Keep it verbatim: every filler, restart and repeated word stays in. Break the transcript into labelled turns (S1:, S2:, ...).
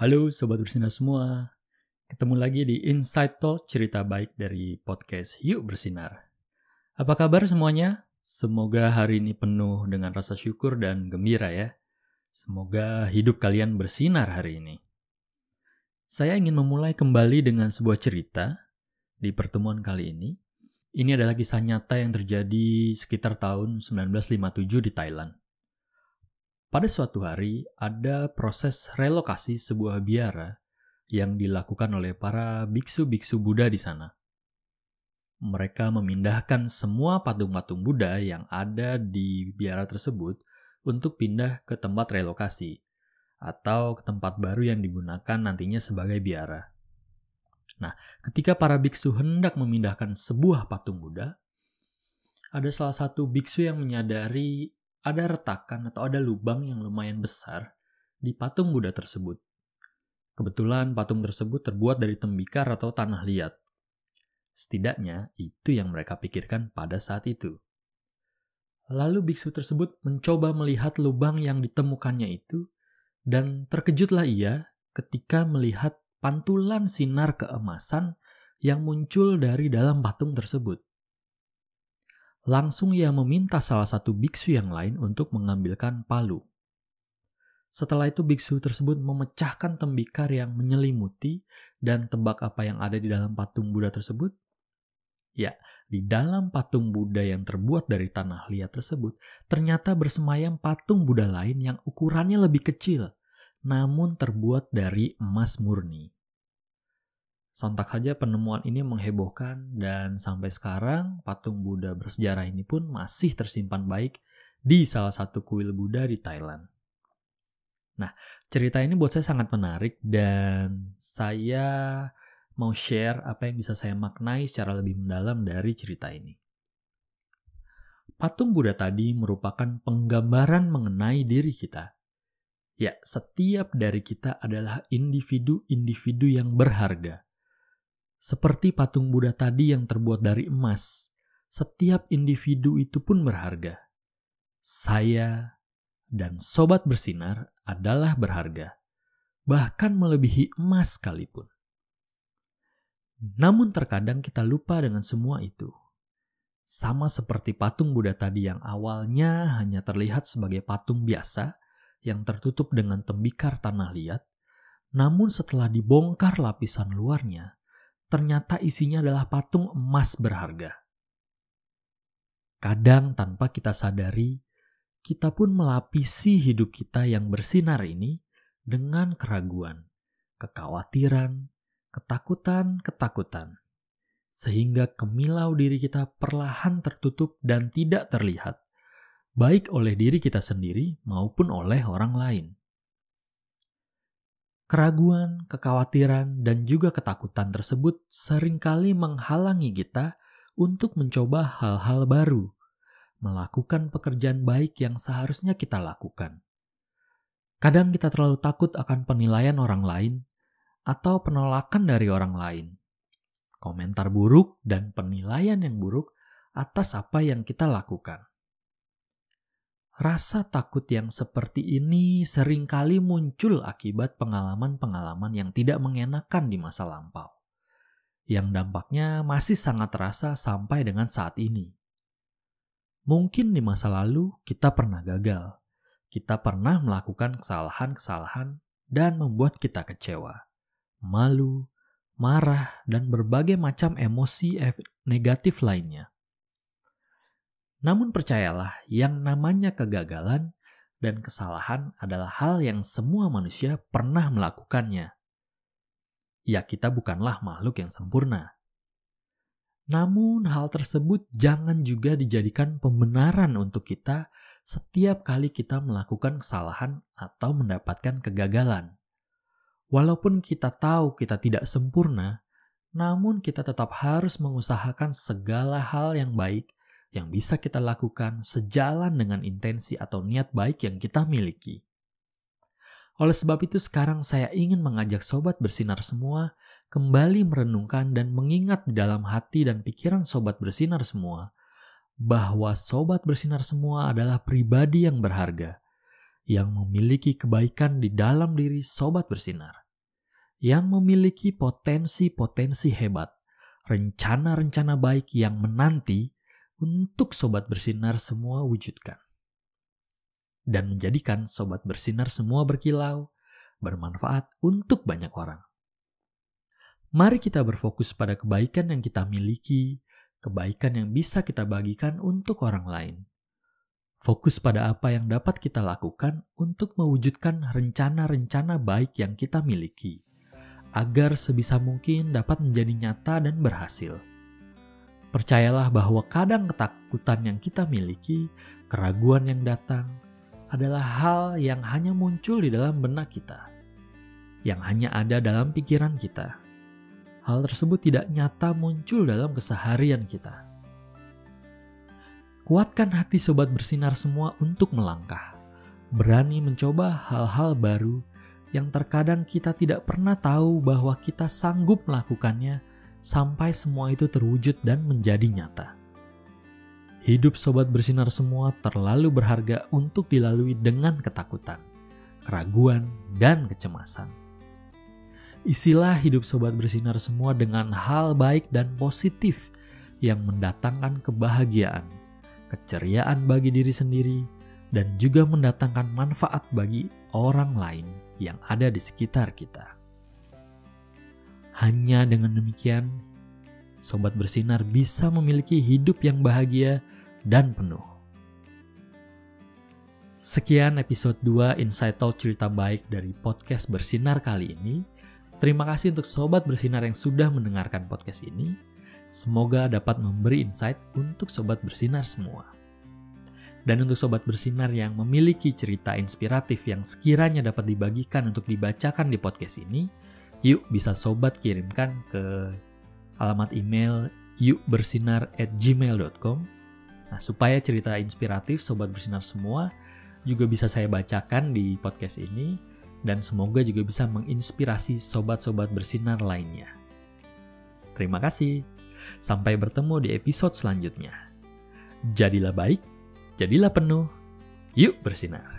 S1: Halo Sobat Bersinar semua, ketemu lagi di Inside Talk, cerita baik dari podcast Yuk Bersinar. Apa kabar semuanya? Semoga hari ini penuh dengan rasa syukur dan gembira ya. Semoga hidup kalian bersinar hari ini. Saya ingin memulai kembali dengan sebuah cerita di pertemuan kali ini. Ini adalah kisah nyata yang terjadi sekitar tahun sembilan belas lima puluh tujuh di Thailand. Pada suatu hari, ada proses relokasi sebuah biara yang dilakukan oleh para biksu-biksu Buddha di sana. Mereka memindahkan semua patung-patung Buddha yang ada di biara tersebut untuk pindah ke tempat relokasi, atau ke tempat baru yang digunakan nantinya sebagai biara. Nah, ketika para biksu hendak memindahkan sebuah patung Buddha, ada salah satu biksu yang menyadari ada retakan atau ada lubang yang lumayan besar di patung Buddha tersebut. Kebetulan patung tersebut terbuat dari tembikar atau tanah liat. Setidaknya itu yang mereka pikirkan pada saat itu. Lalu biksu tersebut mencoba melihat lubang yang ditemukannya itu, dan terkejutlah ia ketika melihat pantulan sinar keemasan yang muncul dari dalam patung tersebut. Langsung ia meminta salah satu biksu yang lain untuk mengambilkan palu. Setelah itu biksu tersebut memecahkan tembikar yang menyelimuti dan tebak apa yang ada di dalam patung Buddha tersebut? Ya, di dalam patung Buddha yang terbuat dari tanah liat tersebut, ternyata bersemayam patung Buddha lain yang ukurannya lebih kecil, namun terbuat dari emas murni. Sontak saja penemuan ini menghebohkan dan sampai sekarang patung Buddha bersejarah ini pun masih tersimpan baik di salah satu kuil Buddha di Thailand. Nah, cerita ini buat saya sangat menarik dan saya mau share apa yang bisa saya maknai secara lebih mendalam dari cerita ini. Patung Buddha tadi merupakan penggambaran mengenai diri kita. Ya, setiap dari kita adalah individu-individu yang berharga. Seperti patung Buddha tadi yang terbuat dari emas, setiap individu itu pun berharga. Saya dan Sobat Bersinar adalah berharga, bahkan melebihi emas sekalipun. Namun terkadang kita lupa dengan semua itu. Sama seperti patung Buddha tadi yang awalnya hanya terlihat sebagai patung biasa yang tertutup dengan tembikar tanah liat, namun setelah dibongkar lapisan luarnya, ternyata isinya adalah patung emas berharga. Kadang tanpa kita sadari, kita pun melapisi hidup kita yang bersinar ini dengan keraguan, kekhawatiran, ketakutan-ketakutan. Sehingga kemilau diri kita perlahan tertutup dan tidak terlihat, baik oleh diri kita sendiri maupun oleh orang lain. Keraguan, kekhawatiran, dan juga ketakutan tersebut seringkali menghalangi kita untuk mencoba hal-hal baru, melakukan pekerjaan baik yang seharusnya kita lakukan. Kadang kita terlalu takut akan penilaian orang lain atau penolakan dari orang lain, komentar buruk dan penilaian yang buruk atas apa yang kita lakukan. Rasa takut yang seperti ini seringkali muncul akibat pengalaman-pengalaman yang tidak mengenakan di masa lampau, yang dampaknya masih sangat terasa sampai dengan saat ini. Mungkin di masa lalu kita pernah gagal, kita pernah melakukan kesalahan-kesalahan dan membuat kita kecewa, malu, marah, dan berbagai macam emosi negatif lainnya. Namun percayalah, yang namanya kegagalan dan kesalahan adalah hal yang semua manusia pernah melakukannya. Ya, kita bukanlah makhluk yang sempurna. Namun hal tersebut jangan juga dijadikan pembenaran untuk kita setiap kali kita melakukan kesalahan atau mendapatkan kegagalan. Walaupun kita tahu kita tidak sempurna, namun kita tetap harus mengusahakan segala hal yang baik yang bisa kita lakukan sejalan dengan intensi atau niat baik yang kita miliki. Oleh sebab itu sekarang saya ingin mengajak Sobat Bersinar semua kembali merenungkan dan mengingat di dalam hati dan pikiran Sobat Bersinar semua bahwa Sobat Bersinar semua adalah pribadi yang berharga, yang memiliki kebaikan di dalam diri Sobat Bersinar. yang memiliki potensi-potensi hebat, rencana-rencana baik yang menanti untuk Sobat Bersinar semua wujudkan. Dan menjadikan Sobat Bersinar semua berkilau, bermanfaat untuk banyak orang. Mari kita berfokus pada kebaikan yang kita miliki, kebaikan yang bisa kita bagikan untuk orang lain. Fokus pada apa yang dapat kita lakukan untuk mewujudkan rencana-rencana baik yang kita miliki, agar sebisa mungkin dapat menjadi nyata dan berhasil. Percayalah bahwa kadang ketakutan yang kita miliki, keraguan yang datang, adalah hal yang hanya muncul di dalam benak kita, yang hanya ada dalam pikiran kita. Hal tersebut tidak nyata muncul dalam keseharian kita. Kuatkan hati Sobat Bersinar semua untuk melangkah, berani mencoba hal-hal baru yang terkadang kita tidak pernah tahu bahwa kita sanggup melakukannya sampai semua itu terwujud dan menjadi nyata. Hidup Sobat Bersinar semua terlalu berharga untuk dilalui dengan ketakutan, keraguan, dan kecemasan. Isilah hidup Sobat Bersinar semua dengan hal baik dan positif yang mendatangkan kebahagiaan, keceriaan bagi diri sendiri, dan juga mendatangkan manfaat bagi orang lain yang ada di sekitar kita. Hanya dengan demikian, Sobat Bersinar bisa memiliki hidup yang bahagia dan penuh. Sekian episode dua Insight Talk Cerita Baik dari podcast Bersinar kali ini. Terima kasih untuk Sobat Bersinar yang sudah mendengarkan podcast ini. Semoga dapat memberi insight untuk Sobat Bersinar semua. Dan untuk Sobat Bersinar yang memiliki cerita inspiratif yang sekiranya dapat dibagikan untuk dibacakan di podcast ini, yuk bisa Sobat kirimkan ke alamat email yukbersinar at gmail dot com. Nah, supaya cerita inspiratif Sobat Bersinar semua juga bisa saya bacakan di podcast ini, dan semoga juga bisa menginspirasi Sobat-Sobat Bersinar lainnya. Terima kasih. Sampai bertemu di episode selanjutnya. Jadilah baik, jadilah penuh, yuk bersinar.